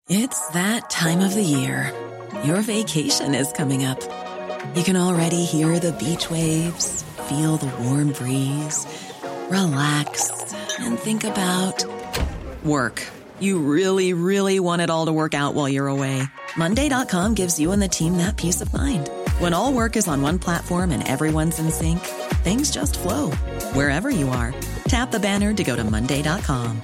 It's that time of the year. Your vacation is coming up. You can already hear the beach waves, feel the warm breeze, relax, and think about work. You really, really want it all to work out while you're away. Monday.com gives you and the team that peace of mind. When all work is on one platform and everyone's in sync, things just flow. Wherever you are, tap the banner to go to Monday.com.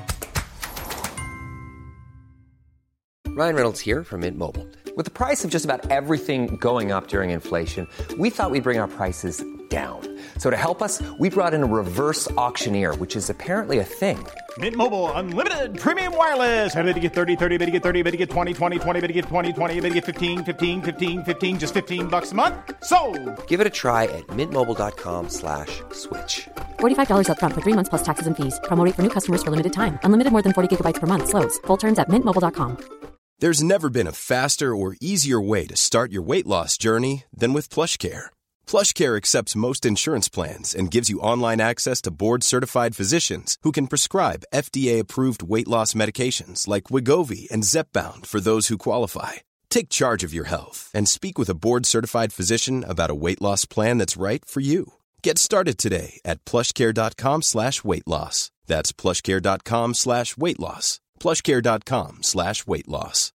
Ryan Reynolds here from Mint Mobile. With the price of just about everything going up during inflation, we thought we'd bring our prices down. So to help us, we brought in a reverse auctioneer, which is apparently a thing. Mint Mobile Unlimited Premium Wireless. How to get 30, 30, bit to get 30, bit to get 20, 20, 20, bit to get 20, 20, bit to get 15, 15, 15, 15, just $15 a month? Sold! Give it a try at mintmobile.com/switch. $45 up front for 3 months plus taxes and fees. Promo rate for new customers for limited time. Unlimited more than 40 gigabytes per month. Slows full terms at mintmobile.com. There's never been a faster or easier way to start your weight loss journey than with PlushCare. PlushCare accepts most insurance plans and gives you online access to board-certified physicians who can prescribe FDA-approved weight loss medications like Wegovy and Zepbound for those who qualify. Take charge of your health and speak with a board-certified physician about a weight loss plan that's right for you. Get started today at plushcare.com/weight loss. That's plushcare.com/weight loss. plushcare.com/weight loss.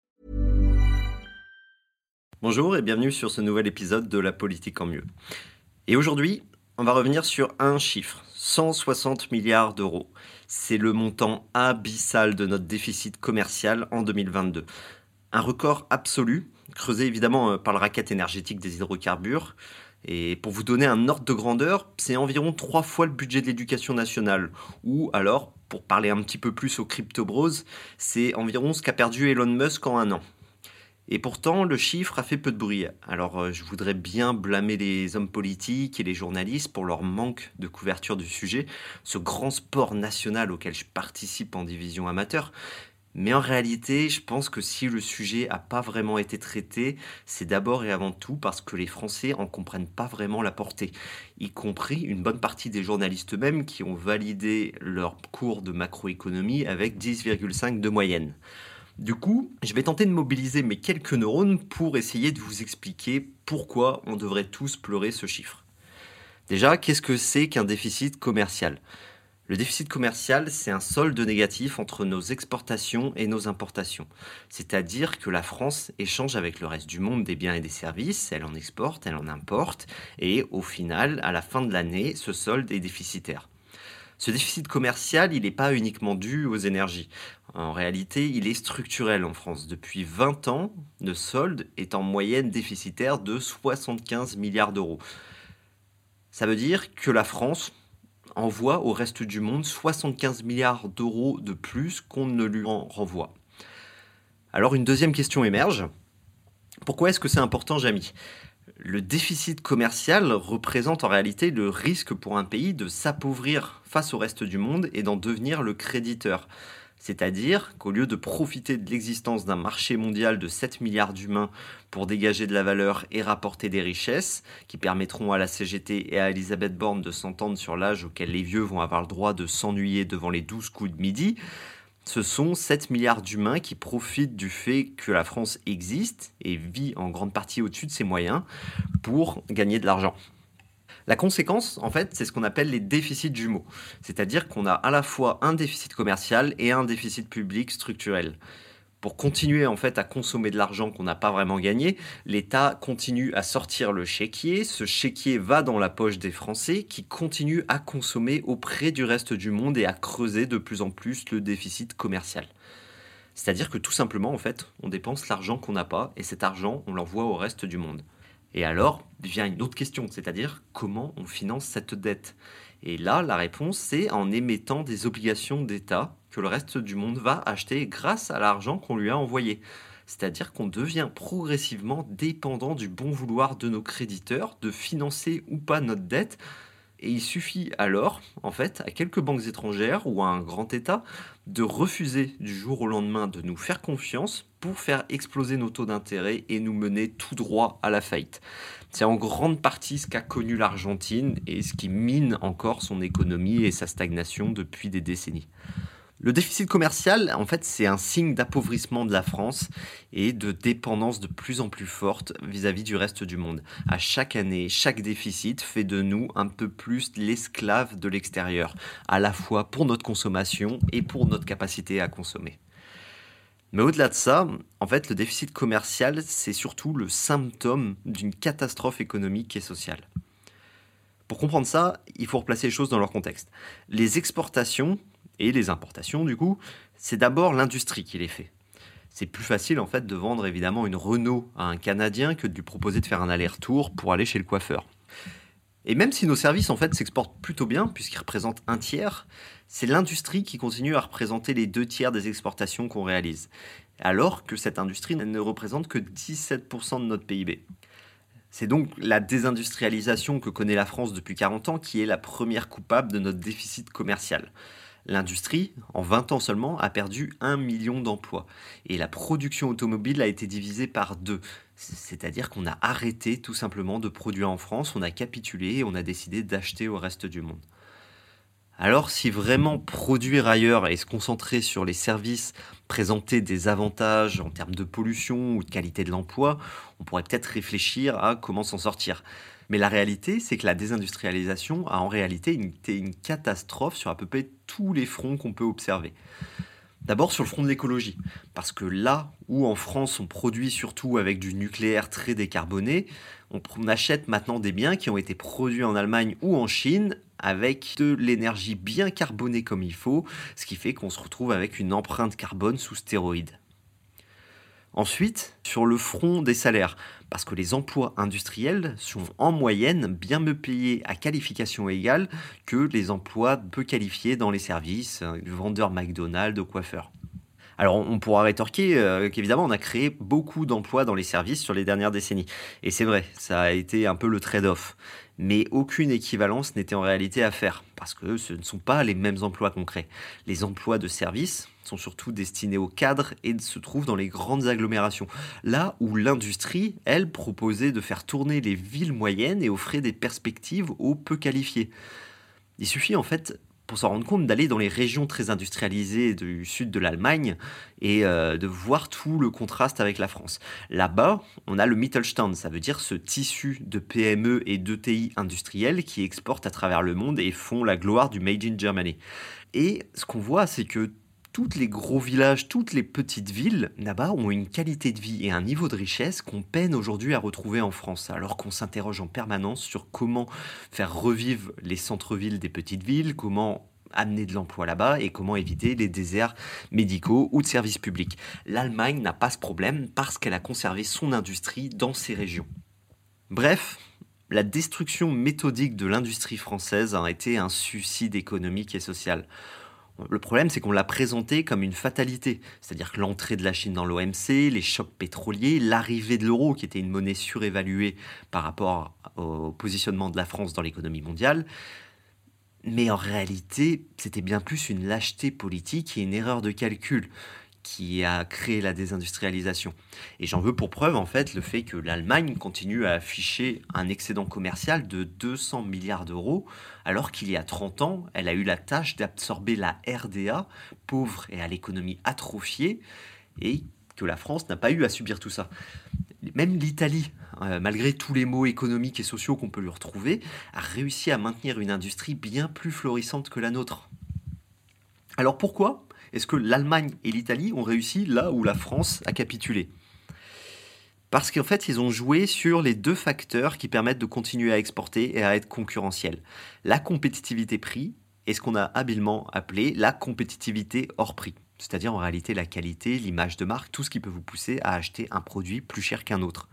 Bonjour et bienvenue sur ce nouvel épisode de La Politique en mieux. Et aujourd'hui, on va revenir sur un chiffre, 160 milliards d'euros. C'est le montant abyssal de notre déficit commercial en 2022. Un record absolu, creusé évidemment par le racket énergétique des hydrocarbures. Et pour vous donner un ordre de grandeur, c'est environ 3 fois le budget de l'éducation nationale. Ou alors, pour parler un petit peu plus aux crypto-bros, c'est environ ce qu'a perdu Elon Musk en 1 an. Et pourtant, le chiffre a fait peu de bruit. Alors, je voudrais bien blâmer les hommes politiques et les journalistes pour leur manque de couverture du sujet, ce grand sport national auquel je participe en division amateur. Mais en réalité, je pense que si le sujet n'a pas vraiment été traité, c'est d'abord et avant tout parce que les Français en comprennent pas vraiment la portée, y compris une bonne partie des journalistes eux-mêmes qui ont validé leur cours de macroéconomie avec 10,5 de moyenne. Du coup, je vais tenter de mobiliser mes quelques neurones pour essayer de vous expliquer pourquoi on devrait tous pleurer ce chiffre. Déjà, qu'est-ce que c'est qu'un déficit commercial ? Le déficit commercial, c'est un solde négatif entre nos exportations et nos importations. C'est-à-dire que la France échange avec le reste du monde des biens et des services, elle en exporte, elle en importe, et au final, à la fin de l'année, ce solde est déficitaire. Ce déficit commercial, il n'est pas uniquement dû aux énergies. En réalité, il est structurel en France. Depuis 20 ans, le solde est en moyenne déficitaire de 75 milliards d'euros. Ça veut dire que la France envoie au reste du monde 75 milliards d'euros de plus qu'on ne lui en renvoie. Alors une deuxième question émerge. Pourquoi est-ce que c'est important, Jamy ? Le déficit commercial représente en réalité le risque pour un pays de s'appauvrir face au reste du monde et d'en devenir le créditeur. C'est-à-dire qu'au lieu de profiter de l'existence d'un marché mondial de 7 milliards d'humains pour dégager de la valeur et rapporter des richesses, qui permettront à la CGT et à Elisabeth Borne de s'entendre sur l'âge auquel les vieux vont avoir le droit de s'ennuyer devant les 12 coups de midi, ce sont 7 milliards d'humains qui profitent du fait que la France existe et vit en grande partie au-dessus de ses moyens pour gagner de l'argent. La conséquence, en fait, c'est ce qu'on appelle les déficits jumeaux. C'est-à-dire qu'on a à la fois un déficit commercial et un déficit public structurel. Pour continuer en fait à consommer de l'argent qu'on n'a pas vraiment gagné, l'État continue à sortir le chéquier. Ce chéquier va dans la poche des Français qui continuent à consommer auprès du reste du monde et à creuser de plus en plus le déficit commercial. C'est-à-dire que tout simplement, en fait, on dépense l'argent qu'on n'a pas et cet argent, on l'envoie au reste du monde. Et alors, vient une autre question, c'est-à-dire comment on finance cette dette ? Et là, la réponse, c'est en émettant des obligations d'État que le reste du monde va acheter grâce à l'argent qu'on lui a envoyé. C'est-à-dire qu'on devient progressivement dépendant du bon vouloir de nos créditeurs de financer ou pas notre dette. Et il suffit alors, en fait, à quelques banques étrangères ou à un grand État de refuser du jour au lendemain de nous faire confiance pour faire exploser nos taux d'intérêt et nous mener tout droit à la faillite. C'est en grande partie ce qu'a connu l'Argentine et ce qui mine encore son économie et sa stagnation depuis des décennies. Le déficit commercial, en fait, c'est un signe d'appauvrissement de la France et de dépendance de plus en plus forte vis-à-vis du reste du monde. À chaque année, chaque déficit fait de nous un peu plus l'esclave de l'extérieur, à la fois pour notre consommation et pour notre capacité à consommer. Mais au-delà de ça, en fait, le déficit commercial, c'est surtout le symptôme d'une catastrophe économique et sociale. Pour comprendre ça, il faut replacer les choses dans leur contexte. Les exportations et les importations, du coup, c'est d'abord l'industrie qui les fait. C'est plus facile, en fait, de vendre évidemment une Renault à un Canadien que de lui proposer de faire un aller-retour pour aller chez le coiffeur. Et même si nos services, en fait, s'exportent plutôt bien, puisqu'ils représentent un tiers, c'est l'industrie qui continue à représenter les 2 tiers des exportations qu'on réalise. Alors que cette industrie ne représente que 17% de notre PIB. C'est donc la désindustrialisation que connaît la France depuis 40 ans qui est la première coupable de notre déficit commercial. L'industrie, en 20 ans seulement, a perdu 1 million d'emplois. Et la production automobile a été divisée par 2. C'est-à-dire qu'on a arrêté tout simplement de produire en France, on a capitulé et on a décidé d'acheter au reste du monde. Alors si vraiment produire ailleurs et se concentrer sur les services présenter des avantages en termes de pollution ou de qualité de l'emploi, on pourrait peut-être réfléchir à comment s'en sortir. Mais la réalité, c'est que la désindustrialisation a en réalité été une catastrophe sur à peu près tous les fronts qu'on peut observer. D'abord sur le front de l'écologie, parce que là où en France on produit surtout avec du nucléaire très décarboné, on achète maintenant des biens qui ont été produits en Allemagne ou en Chine avec de l'énergie bien carbonée comme il faut, ce qui fait qu'on se retrouve avec une empreinte carbone sous stéroïdes. Ensuite, sur le front des salaires, parce que les emplois industriels sont en moyenne bien mieux payés à qualification égale que les emplois peu qualifiés dans les services, du vendeur McDonald's au coiffeur. Alors on pourra rétorquer qu'évidemment on a créé beaucoup d'emplois dans les services sur les dernières décennies. Et c'est vrai, ça a été un peu le trade-off. Mais aucune équivalence n'était en réalité à faire, parce que ce ne sont pas les mêmes emplois qu'on crée. Les emplois de service sont surtout destinés aux cadres et se trouvent dans les grandes agglomérations. Là où l'industrie, elle, proposait de faire tourner les villes moyennes et offrait des perspectives aux peu qualifiés. Il suffit en fait, pour s'en rendre compte, d'aller dans les régions très industrialisées du sud de l'Allemagne et de voir tout le contraste avec la France. Là-bas, on a le Mittelstand, ça veut dire ce tissu de PME et d'ETI industriels qui exportent à travers le monde et font la gloire du Made in Germany. Et ce qu'on voit, c'est que tous les gros villages, toutes les petites villes, là-bas, ont une qualité de vie et un niveau de richesse qu'on peine aujourd'hui à retrouver en France, alors qu'on s'interroge en permanence sur comment faire revivre les centres-villes des petites villes, comment amener de l'emploi là-bas et comment éviter les déserts médicaux ou de services publics. L'Allemagne n'a pas ce problème parce qu'elle a conservé son industrie dans ces régions. Bref, la destruction méthodique de l'industrie française a été un suicide économique et social. Le problème, c'est qu'on l'a présenté comme une fatalité, c'est-à-dire que l'entrée de la Chine dans l'OMC, les chocs pétroliers, l'arrivée de l'euro, qui était une monnaie surévaluée par rapport au positionnement de la France dans l'économie mondiale. Mais en réalité, c'était bien plus une lâcheté politique et une erreur de calcul qui a créé la désindustrialisation. Et j'en veux pour preuve, en fait, le fait que l'Allemagne continue à afficher un excédent commercial de 200 milliards d'euros, alors qu'il y a 30 ans, elle a eu la tâche d'absorber la RDA, pauvre et à l'économie atrophiée, et que la France n'a pas eu à subir tout ça. Même l'Italie, malgré tous les maux économiques et sociaux qu'on peut lui retrouver, a réussi à maintenir une industrie bien plus florissante que la nôtre. Alors pourquoi est-ce que l'Allemagne et l'Italie ont réussi là où la France a capitulé ? Parce qu'en fait, ils ont joué sur les 2 facteurs qui permettent de continuer à exporter et à être concurrentiels. La compétitivité prix et ce qu'on a habilement appelé la compétitivité hors prix. C'est-à-dire en réalité la qualité, l'image de marque, tout ce qui peut vous pousser à acheter un produit plus cher qu'un autre.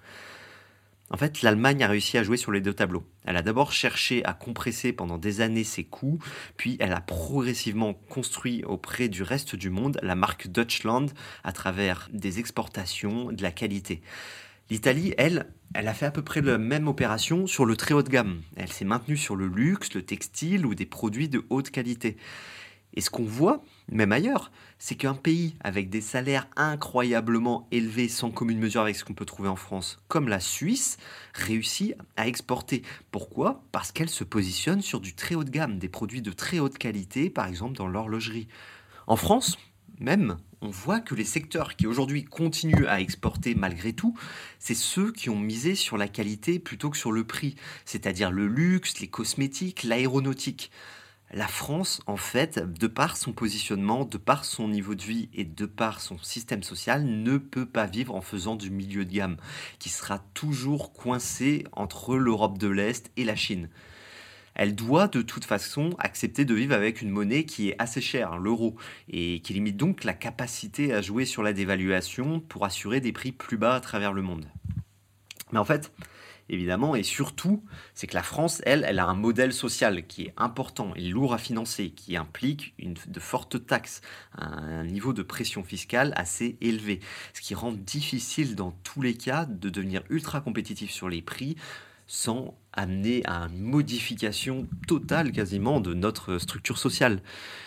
En fait, l'Allemagne a réussi à jouer sur les 2 tableaux. Elle a d'abord cherché à compresser pendant des années ses coûts, puis elle a progressivement construit auprès du reste du monde la marque Deutschland à travers des exportations, de la qualité. L'Italie, elle a fait à peu près la même opération sur le très haut de gamme. Elle s'est maintenue sur le luxe, le textile ou des produits de haute qualité. Et ce qu'on voit, même ailleurs, c'est qu'un pays avec des salaires incroyablement élevés, sans commune mesure avec ce qu'on peut trouver en France, comme la Suisse, réussit à exporter. Pourquoi ? Parce qu'elle se positionne sur du très haut de gamme, des produits de très haute qualité, par exemple dans l'horlogerie. En France, même, on voit que les secteurs qui aujourd'hui continuent à exporter malgré tout, c'est ceux qui ont misé sur la qualité plutôt que sur le prix, c'est-à-dire le luxe, les cosmétiques, l'aéronautique. La France, en fait, de par son positionnement, de par son niveau de vie et de par son système social, ne peut pas vivre en faisant du milieu de gamme, qui sera toujours coincé entre l'Europe de l'Est et la Chine. Elle doit de toute façon accepter de vivre avec une monnaie qui est assez chère, l'euro, et qui limite donc la capacité à jouer sur la dévaluation pour assurer des prix plus bas à travers le monde. Mais en fait, évidemment, et surtout, c'est que la France, elle a un modèle social qui est important et lourd à financer, qui implique de fortes taxes, un niveau de pression fiscale assez élevé, ce qui rend difficile dans tous les cas de devenir ultra compétitif sur les prix, sans amener à une modification totale quasiment de notre structure sociale.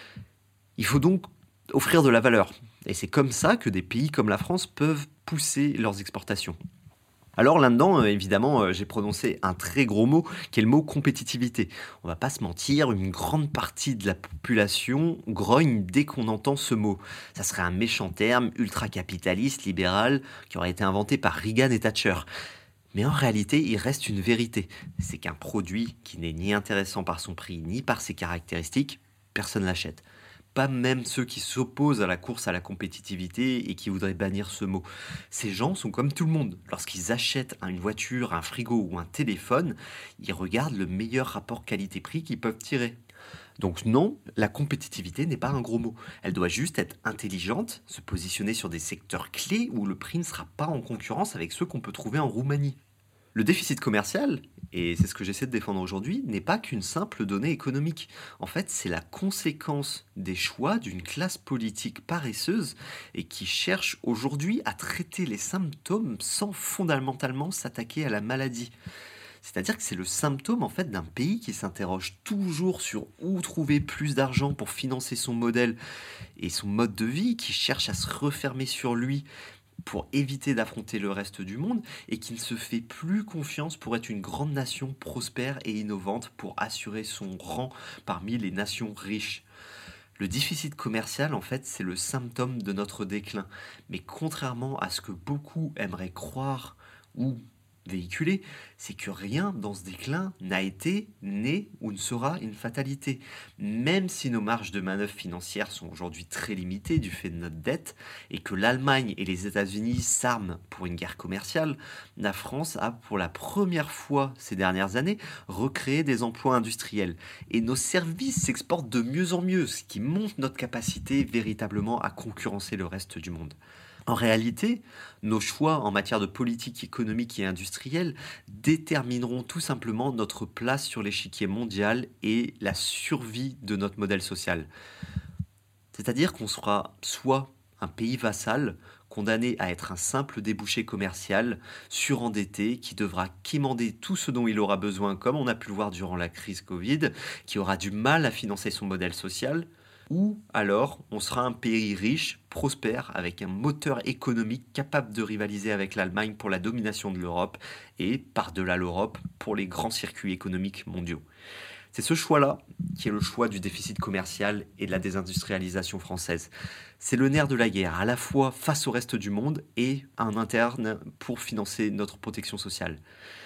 Il faut donc offrir de la valeur. Et c'est comme ça que des pays comme la France peuvent pousser leurs exportations. Alors là-dedans, évidemment, j'ai prononcé un très gros mot, qui est le mot compétitivité. On va pas se mentir, une grande partie de la population grogne dès qu'on entend ce mot. Ça serait un méchant terme, ultra-capitaliste, libéral, qui aurait été inventé par Reagan et Thatcher. Mais en réalité, il reste une vérité. C'est qu'un produit qui n'est ni intéressant par son prix, ni par ses caractéristiques, personne ne l'achète. Pas même ceux qui s'opposent à la course à la compétitivité et qui voudraient bannir ce mot. Ces gens sont comme tout le monde. Lorsqu'ils achètent une voiture, un frigo ou un téléphone, ils regardent le meilleur rapport qualité-prix qu'ils peuvent tirer. Donc non, la compétitivité n'est pas un gros mot. Elle doit juste être intelligente, se positionner sur des secteurs clés où le prix ne sera pas en concurrence avec ceux qu'on peut trouver en Roumanie. Le déficit commercial, et c'est ce que j'essaie de défendre aujourd'hui, n'est pas qu'une simple donnée économique. En fait, c'est la conséquence des choix d'une classe politique paresseuse et qui cherche aujourd'hui à traiter les symptômes sans fondamentalement s'attaquer à la maladie. C'est-à-dire que c'est le symptôme en fait d'un pays qui s'interroge toujours sur où trouver plus d'argent pour financer son modèle et son mode de vie, qui cherche à se refermer sur lui pour éviter d'affronter le reste du monde et qui ne se fait plus confiance pour être une grande nation prospère et innovante pour assurer son rang parmi les nations riches. Le déficit commercial, en fait, c'est le symptôme de notre déclin. Mais contrairement à ce que beaucoup aimeraient croire ou véhiculer, c'est que rien dans ce déclin n'a été, né ou ne sera une fatalité. Même si nos marges de manœuvre financières sont aujourd'hui très limitées du fait de notre dette et que l'Allemagne et les États-Unis s'arment pour une guerre commerciale, la France a pour la première fois ces dernières années recréé des emplois industriels. Et nos services s'exportent de mieux en mieux, ce qui montre notre capacité véritablement à concurrencer le reste du monde. En réalité, nos choix en matière de politique économique et industrielle détermineront tout simplement notre place sur l'échiquier mondial et la survie de notre modèle social. C'est-à-dire qu'on sera soit un pays vassal, condamné à être un simple débouché commercial, surendetté, qui devra quémander tout ce dont il aura besoin, comme on a pu le voir durant la crise Covid, qui aura du mal à financer son modèle social, ou alors on sera un pays riche, prospère, avec un moteur économique capable de rivaliser avec l'Allemagne pour la domination de l'Europe et, par-delà l'Europe, pour les grands circuits économiques mondiaux. C'est ce choix-là qui est le choix du déficit commercial et de la désindustrialisation française. C'est le nerf de la guerre, à la fois face au reste du monde et en interne pour financer notre protection sociale.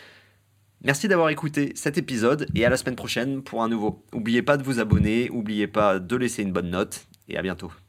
Merci d'avoir écouté cet épisode et à la semaine prochaine pour un nouveau. N'oubliez pas de vous abonner, n'oubliez pas de laisser une bonne note et à bientôt.